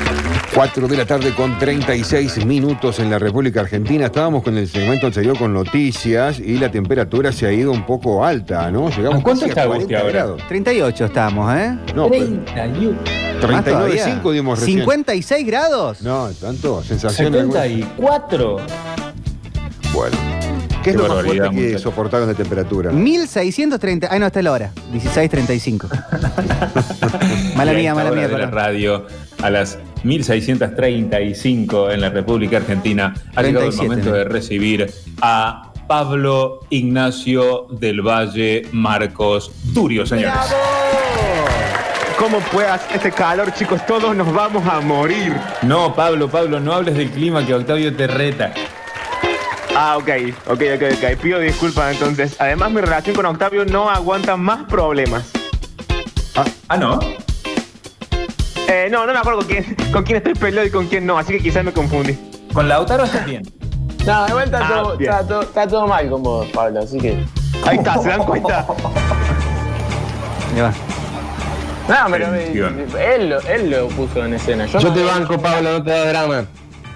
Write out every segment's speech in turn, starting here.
4 de la tarde con 36 minutos en la República Argentina. Estábamos con el segmento anterior con noticias y la temperatura se ha ido un poco alta, ¿no? Llegamos ¿Cuánto casi está a 40 ahora? grados. 38 estamos, ¿eh? No, 31. 39,5 dimos recién. ¿56 grados? No, tanto, sensación. 74. Bueno, ¿qué es Qué lo más barbaridad, fuerte que muchacho. soportaron de temperatura? 1630. Ah, no, está la hora. 16:35. Mala Y a mía, esta mala hora mía, de la perdón. radio, a las 1635 en la República Argentina, ha llegado el 37, momento ¿no? de recibir a Pablo Ignacio del Valle Marcos Turio, señores. ¿Cómo puede hacer este calor, chicos? Todos nos vamos a morir. No, Pablo, no hables del clima que Octavio te reta. Ah, ok. Pido disculpas entonces. Además, mi relación con Octavio no aguanta más problemas. Ah, ¿no? No me acuerdo con quién estoy peleado y con quién no, así que quizás me confundí. Con Lautaro estás bien. No, igual bien. está todo mal con vos, Pablo, así que. Ahí está, ¿se dan cuenta? Ya va. No, pero Tensión. él lo puso en escena. Yo te banco, Pablo, no te da drama.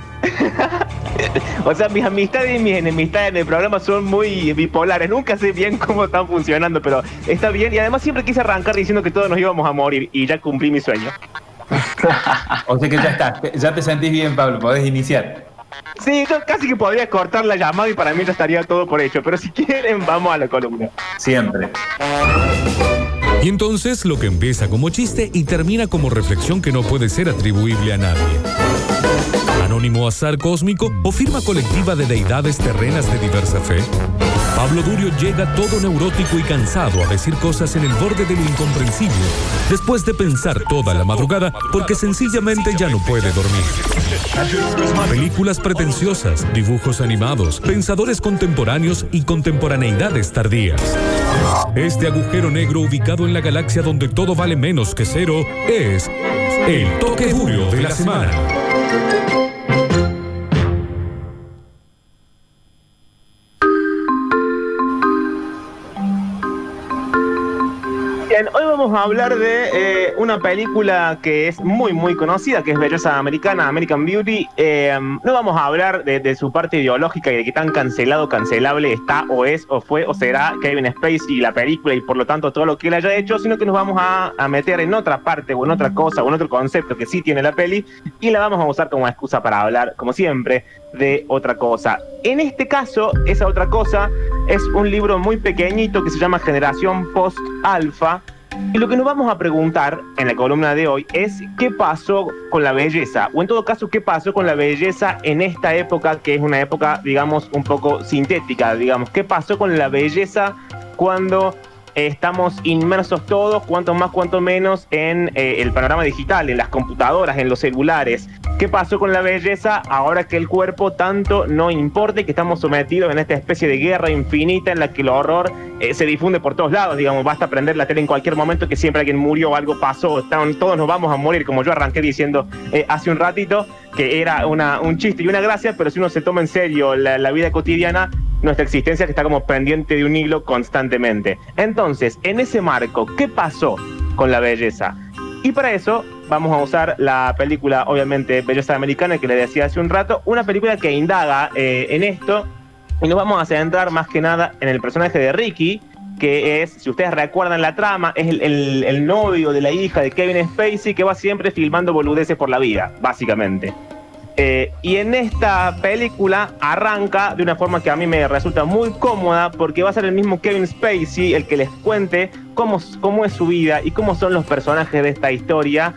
O sea, mis amistades y mis enemistades en el programa son muy bipolares. Nunca sé bien cómo están funcionando, pero está bien. Y además siempre quise arrancar diciendo que todos nos íbamos a morir y ya cumplí mi sueño. O sea que ya está, ya te sentís bien, Pablo, podés iniciar. Sí, yo casi que podría cortar la llamada y para mí ya estaría todo por hecho. Pero si quieren, vamos a la columna. Siempre. Y entonces lo que empieza como chiste y termina como reflexión que no puede ser atribuible a nadie. Anónimo azar cósmico o firma colectiva de deidades terrenas de diversa fe. Pablo Durio llega todo neurótico y cansado a decir cosas en el borde de lo incomprensible, después de pensar toda la madrugada porque sencillamente ya no puede dormir. Películas pretenciosas, dibujos animados, pensadores contemporáneos y contemporaneidades tardías. Este agujero negro ubicado en la galaxia donde todo vale menos que cero es el toque Durio de la semana. Bien, hoy vamos a hablar de una película que es muy muy conocida, que es Belleza Americana, American Beauty. No vamos a hablar de su parte ideológica y de qué tan cancelable está o es o fue o será Kevin Spacey y la película y por lo tanto todo lo que él haya hecho, sino que nos vamos a meter en otra parte o en otra cosa o en otro concepto que sí tiene la peli y la vamos a usar como excusa para hablar, como siempre, de otra cosa. En este caso, esa otra cosa es un libro muy pequeñito que se llama Generación Post-Alfa. Y lo que nos vamos a preguntar en la columna de hoy es qué pasó con la belleza, o en todo caso, qué pasó con la belleza en esta época, que es una época, digamos, un poco sintética, digamos. ¿Qué pasó con la belleza cuando estamos inmersos todos, cuanto más, cuanto menos, en el panorama digital, en las computadoras, en los celulares? ¿Qué pasó con la belleza ahora que el cuerpo tanto no importa y que estamos sometidos en esta especie de guerra infinita en la que el horror se difunde por todos lados? Digamos, basta prender la tele en cualquier momento que siempre alguien murió o algo pasó, todos nos vamos a morir, como yo arranqué diciendo hace un ratito, que era un chiste y una gracia, pero si uno se toma en serio la vida cotidiana, nuestra existencia que está como pendiente de un hilo constantemente. Entonces, en ese marco, ¿qué pasó con la belleza? Y para eso vamos a usar la película, obviamente, Belleza Americana, que les decía hace un rato, una película que indaga en esto, y nos vamos a centrar más que nada en el personaje de Ricky, que es, si ustedes recuerdan la trama, es el novio de la hija de Kevin Spacey, que va siempre filmando boludeces por la vida, básicamente. Y en esta película arranca de una forma que a mí me resulta muy cómoda, porque va a ser el mismo Kevin Spacey el que les cuente cómo es su vida y cómo son los personajes de esta historia.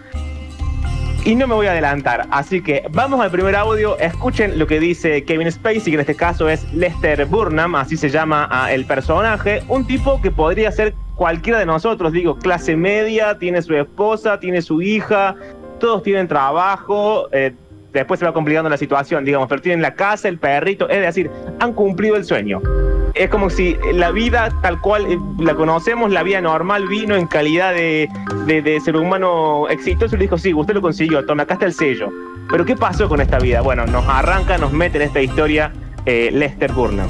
Y no me voy a adelantar, así que vamos al primer audio. Escuchen lo que dice Kevin Spacey, que en este caso es Lester Burnham, así se llama el personaje. Un tipo que podría ser cualquiera de nosotros, digo, clase media, tiene su esposa, tiene su hija, todos tienen trabajo, después se va complicando la situación, digamos, pero tienen la casa, el perrito, es decir, han cumplido el sueño. Es como si la vida tal cual la conocemos, la vida normal, vino en calidad de ser humano exitoso y le dijo, sí, usted lo consiguió, toma, acá está el sello. Pero ¿qué pasó con esta vida? Bueno, nos arranca, nos mete en esta historia Lester Burnham.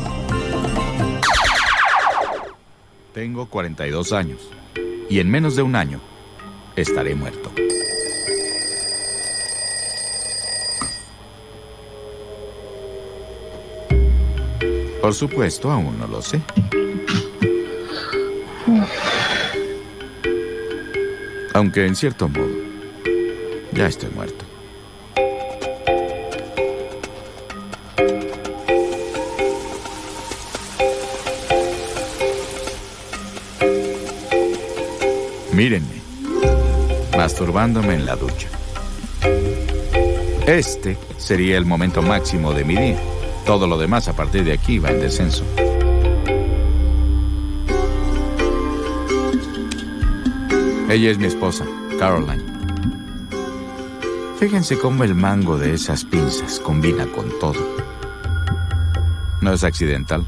Tengo 42 años y en menos de un año estaré muerto. Por supuesto, aún no lo sé. Aunque en cierto modo, ya estoy muerto. Mírenme, masturbándome en la ducha. Este sería el momento máximo de mi día. Todo lo demás a partir de aquí va en descenso. Ella es mi esposa, Caroline. Fíjense cómo el mango de esas pinzas combina con todo. ¿No es accidental?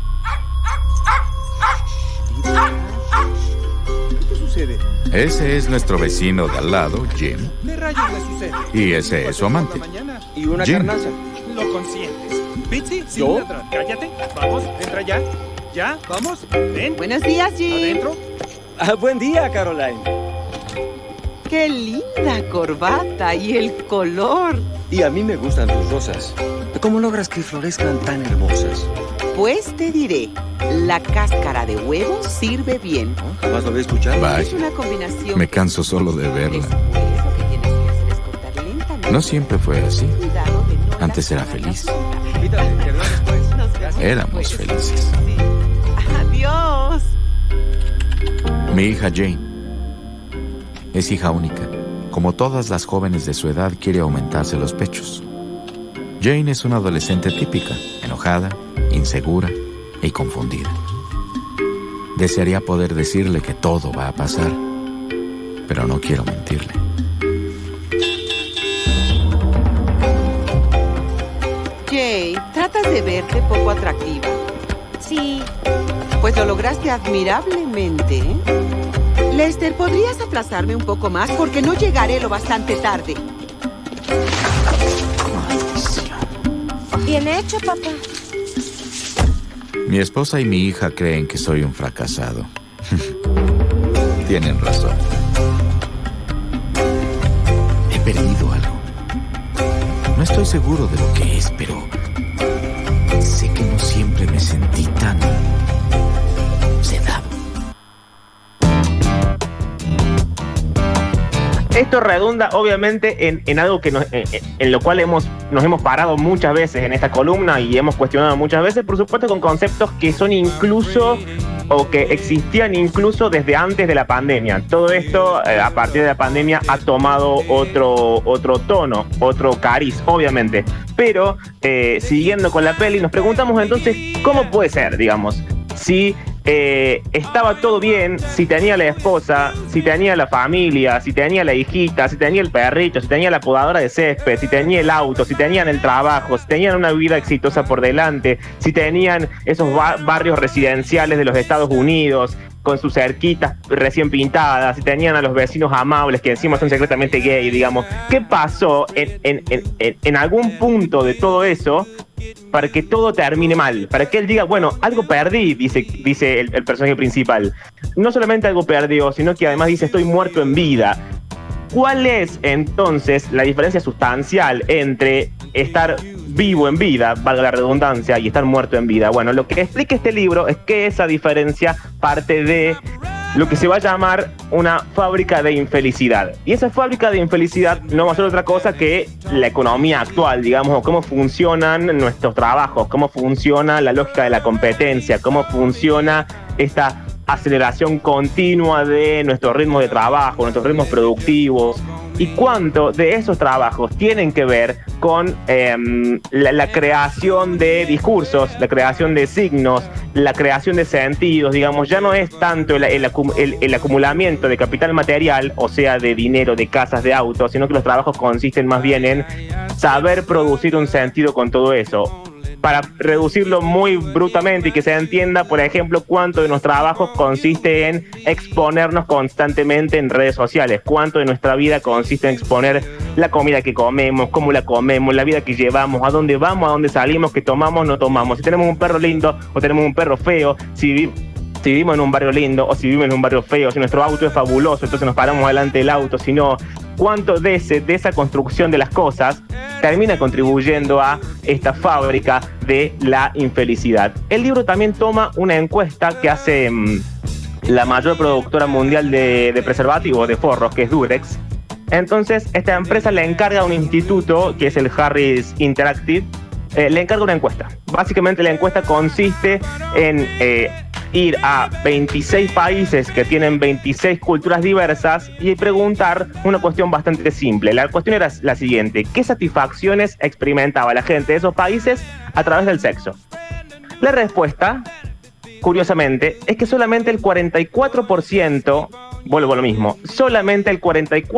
¿Qué sucede? Ese es nuestro vecino de al lado, Jim. ¿Qué rayos le sucede? Y ese es su amante. ¿Y una Jim. carnaza? Lo consientes. Bitsy, sin atrás. Cállate. Vamos, entra ya. Ya, vamos. Ven. Buenos días, Jim. Adentro. Buen día, Caroline. Qué linda corbata y el color. Y a mí me gustan tus rosas. ¿Cómo logras que florezcan tan hermosas? Pues te diré, la cáscara de huevo sirve bien. Jamás lo había escuchado. Vaya, Es una combinación. me canso solo de verla. Después, lo que tienes que hacer es cortar lentamente. No siempre fue así. Cuidado de no Antes era lastimar la feliz. fruta. Quítate, te veo después. Nos vemos Éramos después. felices. Sí. Adiós. Mi hija Jane es hija única. Como todas las jóvenes de su edad, quiere aumentarse los pechos. Jane es una adolescente típica, enojada, insegura y confundida. Desearía poder decirle que todo va a pasar, pero no quiero mentirle. Jay, tratas de verte poco atractiva. Sí. Pues lo lograste admirablemente, ¿eh? Lester, ¿podrías aplazarme un poco más? Porque no llegaré lo bastante tarde. Bien hecho, papá. Mi esposa y mi hija creen que soy un fracasado. Tienen razón. He perdido algo. No estoy seguro de lo que es, pero sé que no siempre me sentí tan sedado. Esto redunda obviamente en algo que en lo cual nos hemos parado muchas veces en esta columna y hemos cuestionado muchas veces, por supuesto, con conceptos que son incluso o que existían incluso desde antes de la pandemia. Todo esto a partir de la pandemia ha tomado otro tono, otro cariz, obviamente. Pero siguiendo con la peli, nos preguntamos entonces cómo puede ser, digamos, si estaba todo bien, si tenía la esposa, si tenía la familia, si tenía la hijita, si tenía el perrito, si tenía la podadora de césped, si tenía el auto, si tenían el trabajo, si tenían una vida exitosa por delante, si tenían esos barrios residenciales de los Estados Unidos con sus cerquitas recién pintadas, si tenían a los vecinos amables que encima son secretamente gay, digamos. ¿Qué pasó en algún punto de todo eso para que todo termine mal? Para que él diga, bueno, algo perdí, dice el personaje principal. No solamente algo perdió, sino que además dice, estoy muerto en vida. ¿Cuál es entonces la diferencia sustancial entre estar vivo en vida, valga la redundancia, y estar muerto en vida? Bueno, lo que explica este libro es que esa diferencia parte de lo que se va a llamar una fábrica de infelicidad. Y esa fábrica de infelicidad no va a ser otra cosa que la economía actual, digamos, o cómo funcionan nuestros trabajos, cómo funciona la lógica de la competencia, cómo funciona esta aceleración continua de nuestros ritmos de trabajo, nuestros ritmos productivos, y cuánto de esos trabajos tienen que ver con la creación de discursos, la creación de signos, la creación de sentidos, digamos. Ya no es tanto el acumulamiento de capital material, o sea, de dinero, de casas, de autos, sino que los trabajos consisten más bien en saber producir un sentido con todo eso. Para reducirlo muy brutamente y que se entienda, por ejemplo, cuánto de nuestros trabajos consiste en exponernos constantemente en redes sociales, cuánto de nuestra vida consiste en exponer la comida que comemos, cómo la comemos, la vida que llevamos, a dónde vamos, a dónde salimos, qué tomamos, no tomamos, si tenemos un perro lindo o tenemos un perro feo, si vivimos en un barrio lindo o si vivimos en un barrio feo, si nuestro auto es fabuloso, entonces nos paramos delante del auto, si no, cuánto de esa construcción de las cosas termina contribuyendo a esta fábrica de la infelicidad. El libro también toma una encuesta que hace la mayor productora mundial de preservativos, de forros, que es Durex. Entonces, esta empresa le encarga a un instituto, que es el Harris Interactive, le encarga una encuesta. Básicamente la encuesta consiste en ir a 26 países que tienen 26 culturas diversas y preguntar una cuestión bastante simple. La cuestión era la siguiente: ¿qué satisfacciones experimentaba la gente de esos países a través del sexo? La respuesta, curiosamente, es que solamente el 44%, vuelvo a lo mismo, solamente el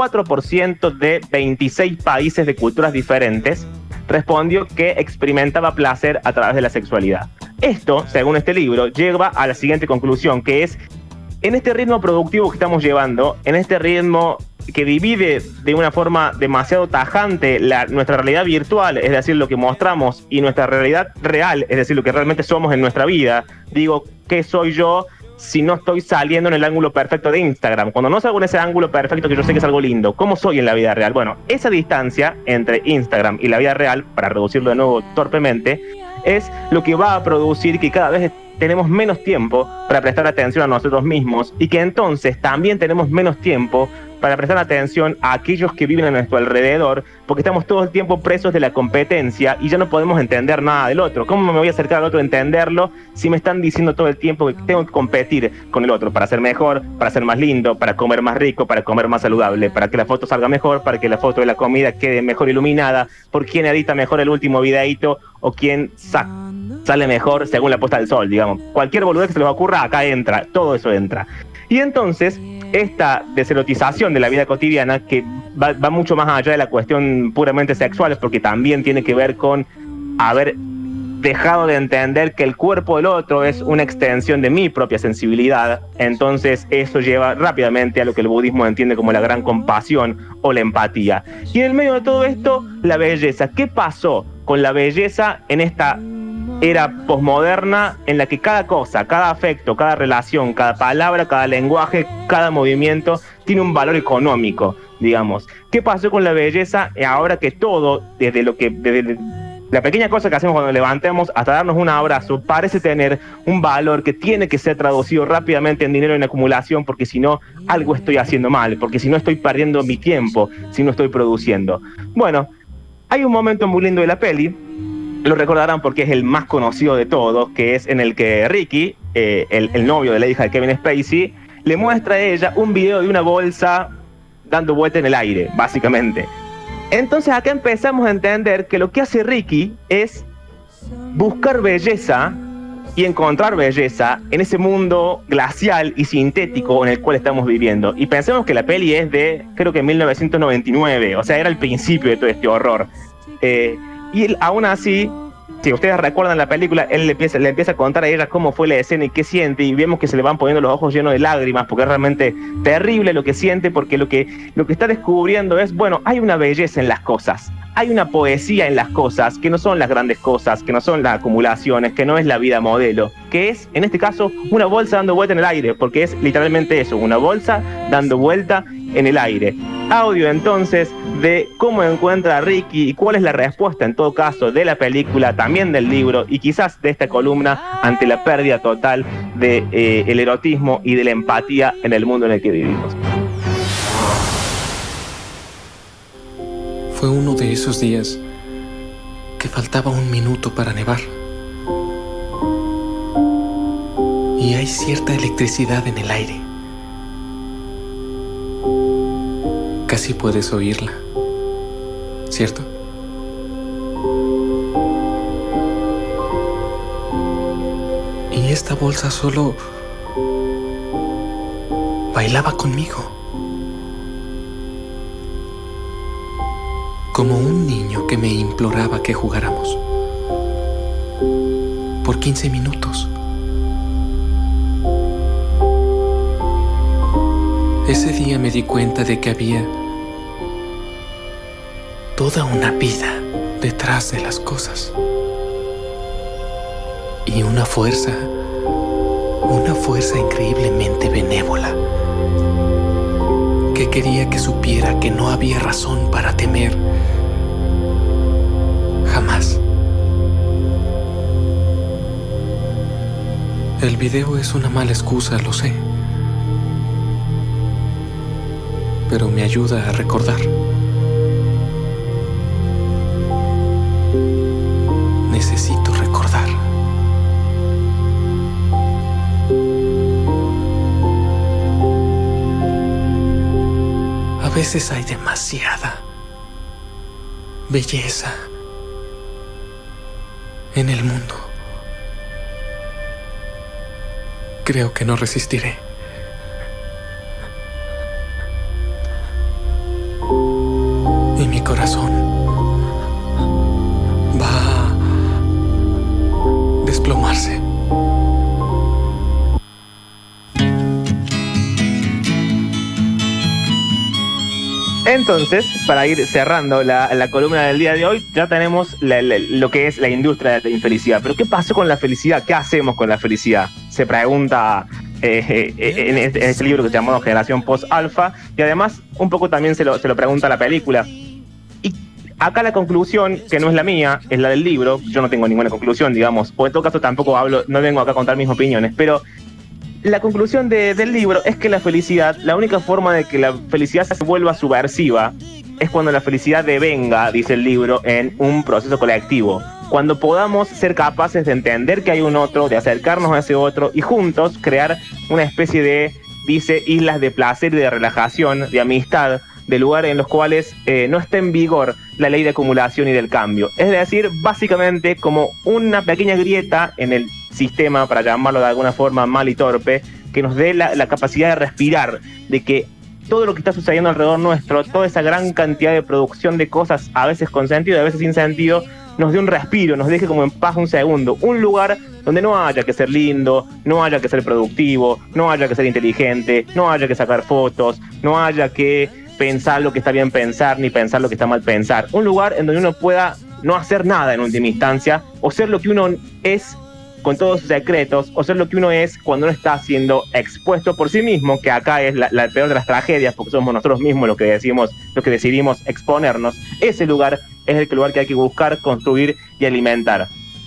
44% de 26 países de culturas diferentes respondió que experimentaba placer a través de la sexualidad. Esto, según este libro, lleva a la siguiente conclusión, que es, en este ritmo productivo que estamos llevando, en este ritmo que divide de una forma demasiado tajante nuestra realidad virtual, es decir, lo que mostramos, y nuestra realidad real, es decir, lo que realmente somos en nuestra vida. Digo, ¿qué soy yo si no estoy saliendo en el ángulo perfecto de Instagram? Cuando no salgo en ese ángulo perfecto que yo sé que es algo lindo, ¿cómo soy en la vida real? Bueno, esa distancia entre Instagram y la vida real, para reducirlo de nuevo torpemente, es lo que va a producir que cada vez tenemos menos tiempo para prestar atención a nosotros mismos, y que entonces también tenemos menos tiempo para prestar atención a aquellos que viven a nuestro alrededor, porque estamos todo el tiempo presos de la competencia y ya no podemos entender nada del otro. ¿Cómo me voy a acercar al otro a entenderlo si me están diciendo todo el tiempo que tengo que competir con el otro para ser mejor, para ser más lindo, para comer más rico, para comer más saludable, para que la foto salga mejor, para que la foto de la comida quede mejor iluminada, por quién edita mejor el último videíto o quién sale mejor según la puesta del sol, digamos? Cualquier boludez que se les ocurra, acá entra, todo eso entra. Y entonces, esta deserotización de la vida cotidiana, que va mucho más allá de la cuestión puramente sexual, porque también tiene que ver con haber dejado de entender que el cuerpo del otro es una extensión de mi propia sensibilidad. Entonces eso lleva rápidamente a lo que el budismo entiende como la gran compasión o la empatía. Y en el medio de todo esto, la belleza. ¿Qué pasó con la belleza en esta era posmoderna en la que cada cosa, cada afecto, cada relación, cada palabra, cada lenguaje, cada movimiento tiene un valor económico, digamos? ¿Qué pasó con la belleza ahora que todo, desde la pequeña cosa que hacemos cuando nos levantamos hasta darnos un abrazo, parece tener un valor que tiene que ser traducido rápidamente en dinero en acumulación, porque si no, algo estoy haciendo mal, porque si no estoy perdiendo mi tiempo, si no estoy produciendo? Bueno, hay un momento muy lindo de la peli, lo recordarán porque es el más conocido de todos, que es en el que Ricky, el novio de la hija de Kevin Spacey, le muestra a ella un video de una bolsa dando vuelta en el aire, básicamente. Entonces acá empezamos a entender que lo que hace Ricky es buscar belleza y encontrar belleza en ese mundo glacial y sintético en el cual estamos viviendo. Y pensemos que la peli es de, creo que 1999, o sea, era el principio de todo este horror. Y él, aún así, si ustedes recuerdan la película, él le empieza a contar a ella cómo fue la escena y qué siente, y vemos que se le van poniendo los ojos llenos de lágrimas, porque es realmente terrible lo que siente, porque lo que está descubriendo es, bueno, hay una belleza en las cosas, hay una poesía en las cosas, que no son las grandes cosas, que no son las acumulaciones, que no es la vida modelo, que es, en este caso, una bolsa dando vuelta en el aire, porque es literalmente eso, una bolsa dando vuelta en el aire. Audio entonces de cómo encuentra a Ricky y cuál es la respuesta en todo caso de la película, también del libro y quizás de esta columna ante la pérdida total de el erotismo y de la empatía en el mundo en el que vivimos. Fue uno de esos días que faltaba un minuto para nevar. Y hay cierta electricidad en el aire. Casi puedes oírla, ¿cierto? Y esta bolsa solo bailaba conmigo. Como un niño que me imploraba que jugáramos. Por 15 minutos. Ese día me di cuenta de que había toda una vida detrás de las cosas. Y una fuerza increíblemente benévola, que quería que supiera que no había razón para temer, El video es una mala excusa, lo sé. Pero me ayuda a recordar. Necesito recordar. A veces hay demasiada belleza en el mundo. Creo que no resistiré. Y mi corazón va a desplomarse. Entonces, para ir cerrando la columna del día de hoy, ya tenemos lo que es la industria de la infelicidad. Pero ¿qué pasó con la felicidad? ¿Qué hacemos con la felicidad? Se pregunta en este libro que se llama Generación Post-Alfa, y además un poco también se lo pregunta la película. Y acá la conclusión, que no es la mía, es la del libro. Yo no tengo ninguna conclusión, digamos, o en todo caso tampoco no vengo acá a contar mis opiniones, pero la conclusión del libro es que la felicidad, la única forma de que la felicidad se vuelva subversiva es cuando la felicidad devenga, dice el libro, en un proceso colectivo. Cuando podamos ser capaces de entender que hay un otro, de acercarnos a ese otro y juntos crear una especie de, dice, islas de placer y de relajación, de amistad, de lugares en los cuales no esté en vigor la ley de acumulación y del cambio. Es decir, básicamente como una pequeña grieta en el sistema, para llamarlo de alguna forma mal y torpe, que nos dé la capacidad de respirar, de que todo lo que está sucediendo alrededor nuestro, toda esa gran cantidad de producción de cosas, a veces con sentido y a veces sin sentido, nos dé un respiro, nos deje como en paz un segundo, un lugar donde no haya que ser lindo, no haya que ser productivo, no haya que ser inteligente, no haya que sacar fotos, no haya que pensar lo que está bien pensar, ni pensar lo que está mal pensar. Un lugar en donde uno pueda no hacer nada en última instancia, o ser lo que uno es con todos sus secretos, o ser lo que uno es cuando uno está siendo expuesto por sí mismo, que acá es la peor de las tragedias, porque somos nosotros mismos los que decidimos exponernos. Ese lugar es el lugar que hay que buscar, construir y alimentar.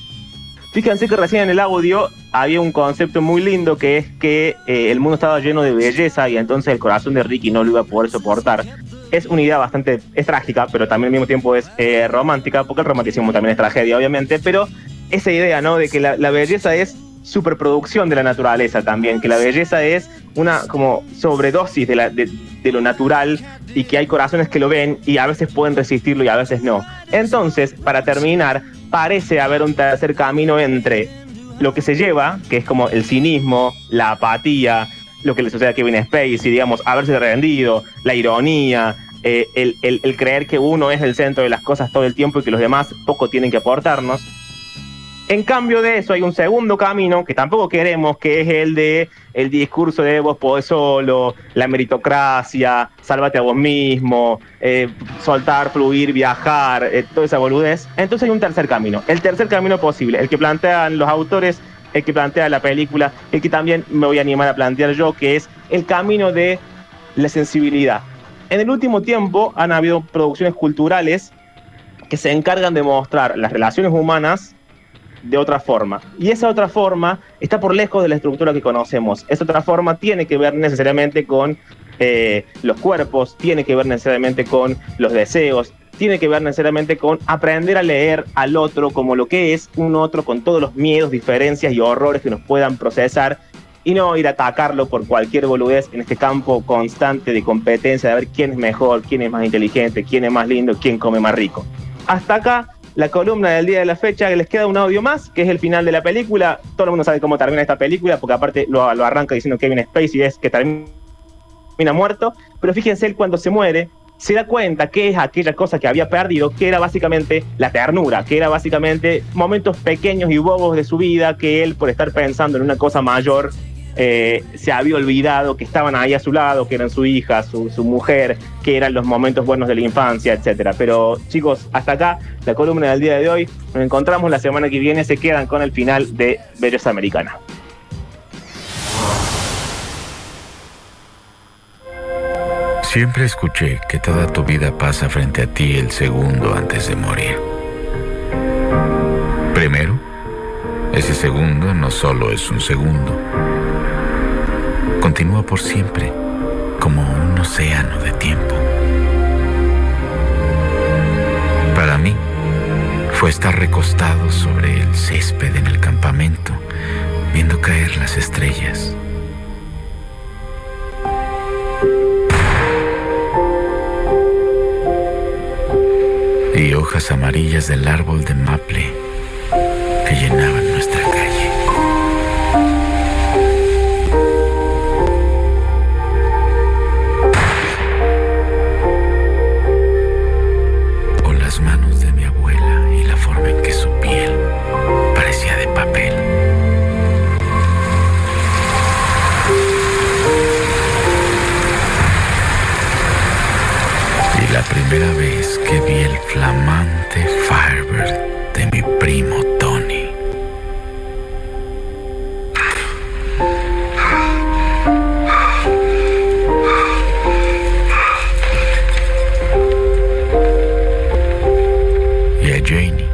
Fíjense que recién en el audio había un concepto muy lindo, que es que el mundo estaba lleno de belleza y entonces el corazón de Ricky no lo iba a poder soportar. Es una idea es trágica, pero también al mismo tiempo es romántica, porque el romanticismo también es tragedia, obviamente, pero esa idea, ¿no?, de que la belleza es superproducción de la naturaleza también, que la belleza es una como sobredosis de lo natural, y que hay corazones que lo ven y a veces pueden resistirlo y a veces no. Entonces, para terminar, parece haber un tercer camino entre lo que se lleva, que es como el cinismo, la apatía, lo que le sucede a Kevin Spacey, digamos, haberse rendido, la ironía, el creer que uno es el centro de las cosas todo el tiempo y que los demás poco tienen que aportarnos. En cambio de eso hay un segundo camino que tampoco queremos, que es el discurso de vos podés solo, la meritocracia, sálvate a vos mismo, soltar, fluir, viajar, toda esa boludez. Entonces hay un tercer camino, el tercer camino posible, el que plantean los autores, el que plantea la película, el que también me voy a animar a plantear yo, que es el camino de la sensibilidad. En el último tiempo han habido producciones culturales que se encargan de mostrar las relaciones humanas de otra forma, y esa otra forma está por lejos de la estructura que conocemos. Esa otra forma tiene que ver necesariamente con los cuerpos, tiene que ver necesariamente con los deseos, tiene que ver necesariamente con aprender a leer al otro como lo que es un otro, con todos los miedos, diferencias y horrores que nos puedan procesar, y no ir a atacarlo por cualquier boludez en este campo constante de competencia, de ver quién es mejor, quién es más inteligente, quién es más lindo, quién come más rico. Hasta acá la columna del día de la fecha. Les queda un audio más, que es el final de la película. Todo el mundo sabe cómo termina esta película, porque aparte lo arranca diciendo Kevin Spacey, es que termina muerto. Pero fíjense, él cuando se muere, se da cuenta que es aquella cosa que había perdido, que era básicamente la ternura, que era básicamente momentos pequeños y bobos de su vida, que él, por estar pensando en una cosa mayor, se había olvidado que estaban ahí a su lado, que eran su hija, su mujer, que eran los momentos buenos de la infancia, etcétera. Pero chicos, hasta acá la columna del día de hoy. Nos encontramos la semana que viene. Se quedan con el final de Belleza Americana. Siempre escuché que toda tu vida pasa frente a ti el segundo antes de morir. Primero, Ese segundo no solo es un segundo. Continúa por siempre, como un océano de tiempo. Para mí, fue estar recostado sobre el césped en el campamento, viendo caer las estrellas. Y hojas amarillas del árbol de maple que llenaban nuestra calle. O las manos de mi abuela y la forma en que su piel parecía de papel. Y la primera vez que vi el flamante Firebird de mi primo Tony. Y a Janie.